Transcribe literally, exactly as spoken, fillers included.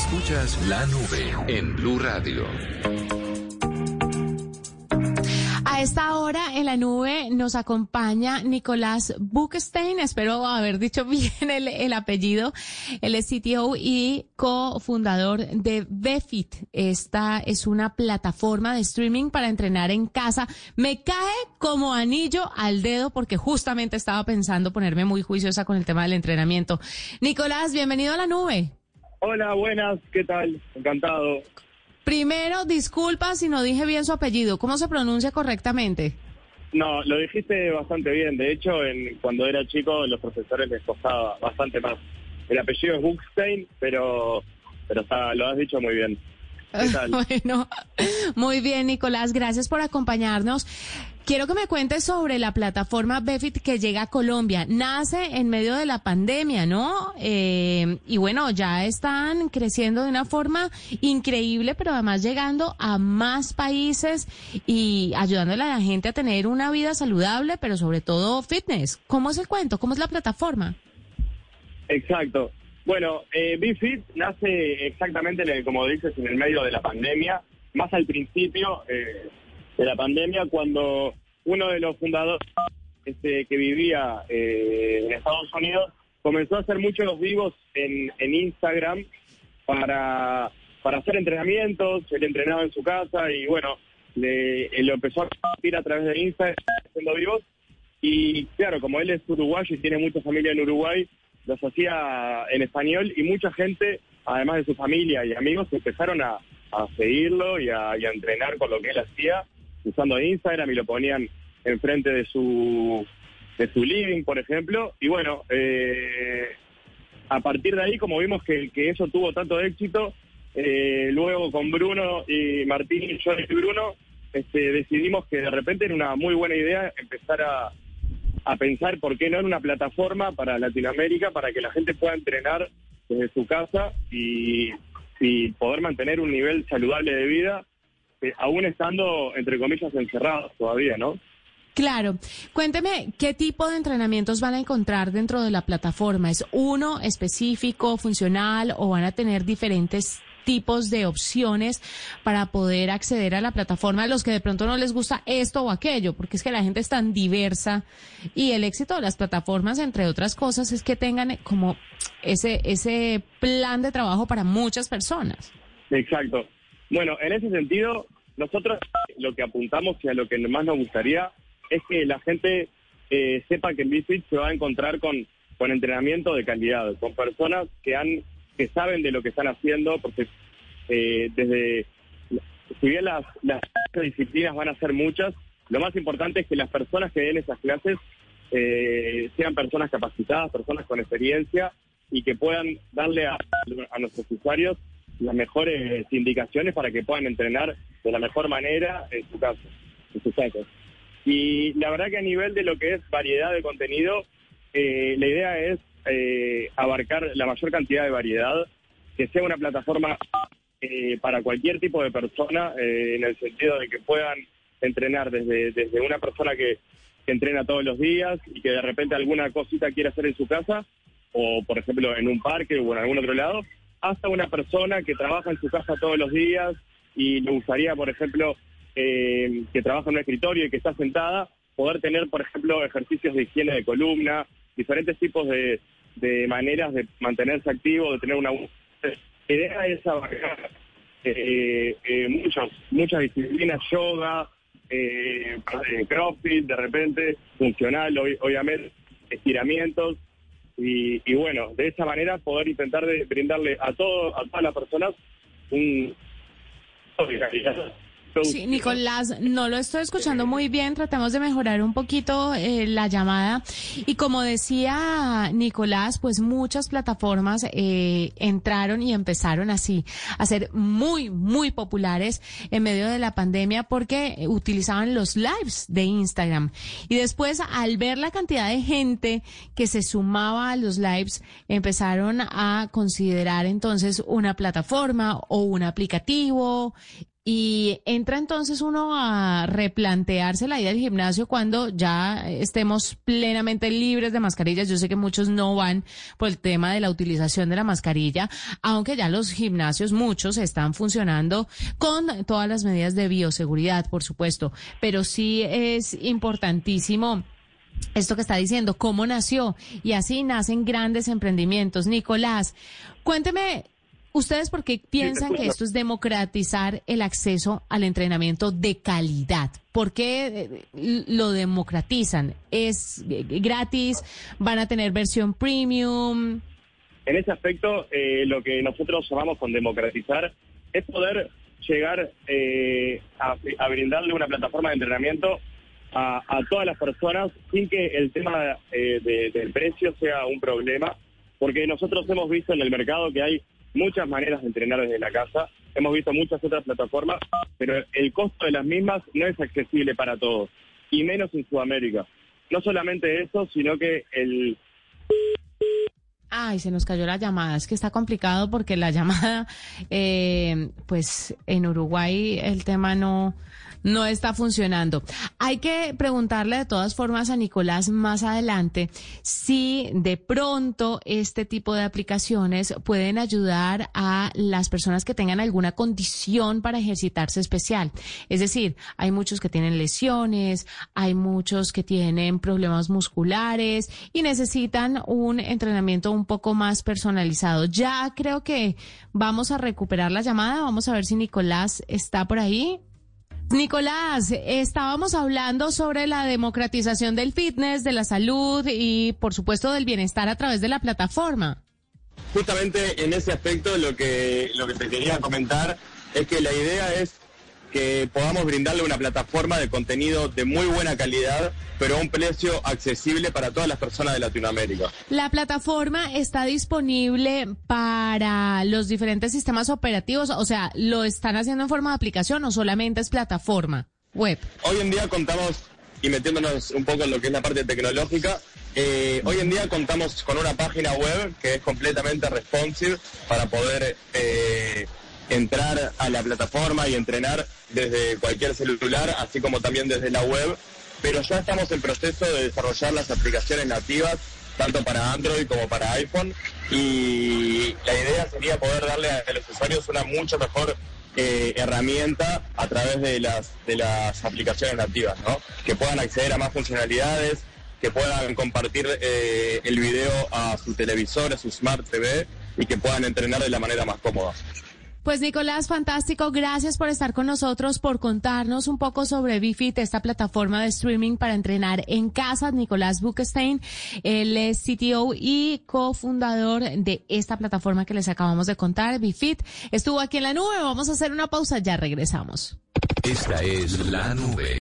Escuchas La Nube en Blue Radio. A esta hora en La Nube nos acompaña Nicolás Buchstein, espero haber dicho bien el, el apellido. Él es C T O y cofundador de BeFit. Esta es una plataforma de streaming para entrenar en casa. Me cae como anillo al dedo porque justamente estaba pensando ponerme muy juiciosa con el tema del entrenamiento. Nicolás, bienvenido a La Nube. Hola, buenas, ¿qué tal? Encantado. Primero, disculpas si no dije bien su apellido. ¿Cómo se pronuncia correctamente? No, lo dijiste bastante bien. De hecho, en, cuando era chico, los profesores les costaba bastante más. El apellido es Buchstein, pero, pero está, lo has dicho muy bien. ¿Qué tal? Bueno, muy bien, Nicolás. Gracias por acompañarnos. Quiero que me cuentes sobre la plataforma BeFit que llega a Colombia. Nace en medio de la pandemia, ¿no? Eh, y bueno, ya están creciendo de una forma increíble, pero además llegando a más países y ayudándole a la gente a tener una vida saludable, pero sobre todo fitness. ¿Cómo es el cuento? ¿Cómo es la plataforma? Exacto. Bueno, eh, BeFit nace exactamente, en el, como dices, en el medio de la pandemia, más al principio eh, de la pandemia, cuando uno de los fundadores este, que vivía eh, en Estados Unidos comenzó a hacer muchos vivos en, en Instagram para, para hacer entrenamientos. Él entrenaba en su casa y bueno, le, lo empezó a compartir a través de Instagram haciendo vivos. Y claro, como él es uruguayo y tiene mucha familia en Uruguay, los hacía en español y mucha gente, además de su familia y amigos, empezaron a, a seguirlo y a, y a entrenar con lo que él hacía, usando Instagram, y lo ponían enfrente de su de su living, por ejemplo. Y bueno, eh, a partir de ahí, como vimos que, que eso tuvo tanto éxito, eh, luego con Bruno y Martín, yo y Bruno, este, decidimos que de repente era una muy buena idea empezar a a pensar por qué no en una plataforma para Latinoamérica, para que la gente pueda entrenar desde su casa y, y poder mantener un nivel saludable de vida, eh, aún estando, entre comillas, encerrados todavía, ¿no? Claro. Cuénteme, ¿qué tipo de entrenamientos van a encontrar dentro de la plataforma? ¿Es uno específico, funcional, o van a tener diferentes tipos de opciones para poder acceder a la plataforma a los que de pronto no les gusta esto o aquello? Porque es que la gente es tan diversa y el éxito de las plataformas, entre otras cosas, es que tengan como ese ese plan de trabajo para muchas personas. Exacto. Bueno, en ese sentido, nosotros lo que apuntamos y a lo que más nos gustaría es que la gente eh, sepa que en BeFit se va a encontrar con, con entrenamiento de calidad, con personas que han que saben de lo que están haciendo, porque eh, desde, si bien las, las disciplinas van a ser muchas, lo más importante es que las personas que den esas clases eh, sean personas capacitadas, personas con experiencia, y que puedan darle a, a nuestros usuarios las mejores indicaciones para que puedan entrenar de la mejor manera en su casa, en sus casas. Y la verdad que a nivel de lo que es variedad de contenido, eh, la idea es Eh, abarcar la mayor cantidad de variedad, que sea una plataforma eh, para cualquier tipo de persona, eh, en el sentido de que puedan entrenar desde, desde una persona que, que entrena todos los días y que de repente alguna cosita quiere hacer en su casa, o por ejemplo en un parque o en algún otro lado, hasta una persona que trabaja en su casa todos los días y le gustaría, por ejemplo, eh, que trabaja en un escritorio y que está sentada, poder tener, por ejemplo, ejercicios de higiene de columna, diferentes tipos de, de maneras de mantenerse activo, de tener una... La idea es abarcar eh, eh, muchos, muchas disciplinas, yoga, eh, crossfit, de repente, funcional, ob- obviamente, estiramientos, y, y bueno, de esa manera poder intentar de brindarle a, todo, a todas las personas un... Sí, Nicolás, no lo estoy escuchando muy bien, tratamos de mejorar un poquito eh, la llamada. Y como decía Nicolás, pues muchas plataformas eh, entraron y empezaron así a ser muy, muy populares en medio de la pandemia porque utilizaban los lives de Instagram. Y después, al ver la cantidad de gente que se sumaba a los lives, empezaron a considerar entonces una plataforma o un aplicativo. Y entra entonces uno a replantearse la idea del gimnasio cuando ya estemos plenamente libres de mascarillas. Yo sé que muchos no van por el tema de la utilización de la mascarilla, aunque ya los gimnasios, muchos, están funcionando con todas las medidas de bioseguridad, por supuesto. Pero sí es importantísimo esto que está diciendo, cómo nació. Y así nacen grandes emprendimientos. Nicolás, cuénteme, ¿ustedes por qué piensan que esto es democratizar el acceso al entrenamiento de calidad? ¿Por qué lo democratizan? ¿Es gratis? ¿Van a tener versión premium? En ese aspecto, eh, lo que nosotros llamamos con democratizar es poder llegar eh, a, a brindarle una plataforma de entrenamiento a, a todas las personas sin que el tema eh, de, del precio sea un problema, porque nosotros hemos visto en el mercado que hay muchas maneras de entrenar desde la casa, hemos visto muchas otras plataformas, pero el costo de las mismas no es accesible para todos, y menos en Sudamérica. No solamente eso, sino que el... Ay, se nos cayó la llamada. Es que está complicado porque la llamada, eh, pues en Uruguay el tema no... no está funcionando. Hay que preguntarle de todas formas a Nicolás más adelante si de pronto este tipo de aplicaciones pueden ayudar a las personas que tengan alguna condición para ejercitarse especial. Es decir, hay muchos que tienen lesiones, hay muchos que tienen problemas musculares y necesitan un entrenamiento un poco más personalizado. Ya creo que vamos a recuperar la llamada. Vamos a ver si Nicolás está por ahí. Nicolás, estábamos hablando sobre la democratización del fitness, de la salud y, por supuesto, del bienestar a través de la plataforma. Justamente en ese aspecto lo que, lo que te quería comentar es que la idea es que podamos brindarle una plataforma de contenido de muy buena calidad, pero a un precio accesible para todas las personas de Latinoamérica. ¿La plataforma está disponible para los diferentes sistemas operativos? O sea, ¿lo están haciendo en forma de aplicación o solamente es plataforma web? Hoy en día contamos, y metiéndonos un poco en lo que es la parte tecnológica, eh, hoy en día contamos con una página web que es completamente responsive para poder eh, entrar a la plataforma y entrenar desde cualquier celular, así como también desde la web, pero ya estamos en proceso de desarrollar las aplicaciones nativas, tanto para Android como para iPhone, y la idea sería poder darle a los usuarios una mucho mejor eh, herramienta a través de las, de las aplicaciones nativas, ¿no? Que puedan acceder a más funcionalidades, que puedan compartir eh, el video a su televisor, a su Smart T V, y que puedan entrenar de la manera más cómoda. Pues Nicolás, fantástico, gracias por estar con nosotros, por contarnos un poco sobre BeFit, esta plataforma de streaming para entrenar en casa. Nicolás Buchstein, él es C T O y cofundador de esta plataforma que les acabamos de contar, BeFit. Estuvo aquí en la nube, vamos a hacer una pausa, ya regresamos. Esta es La Nube.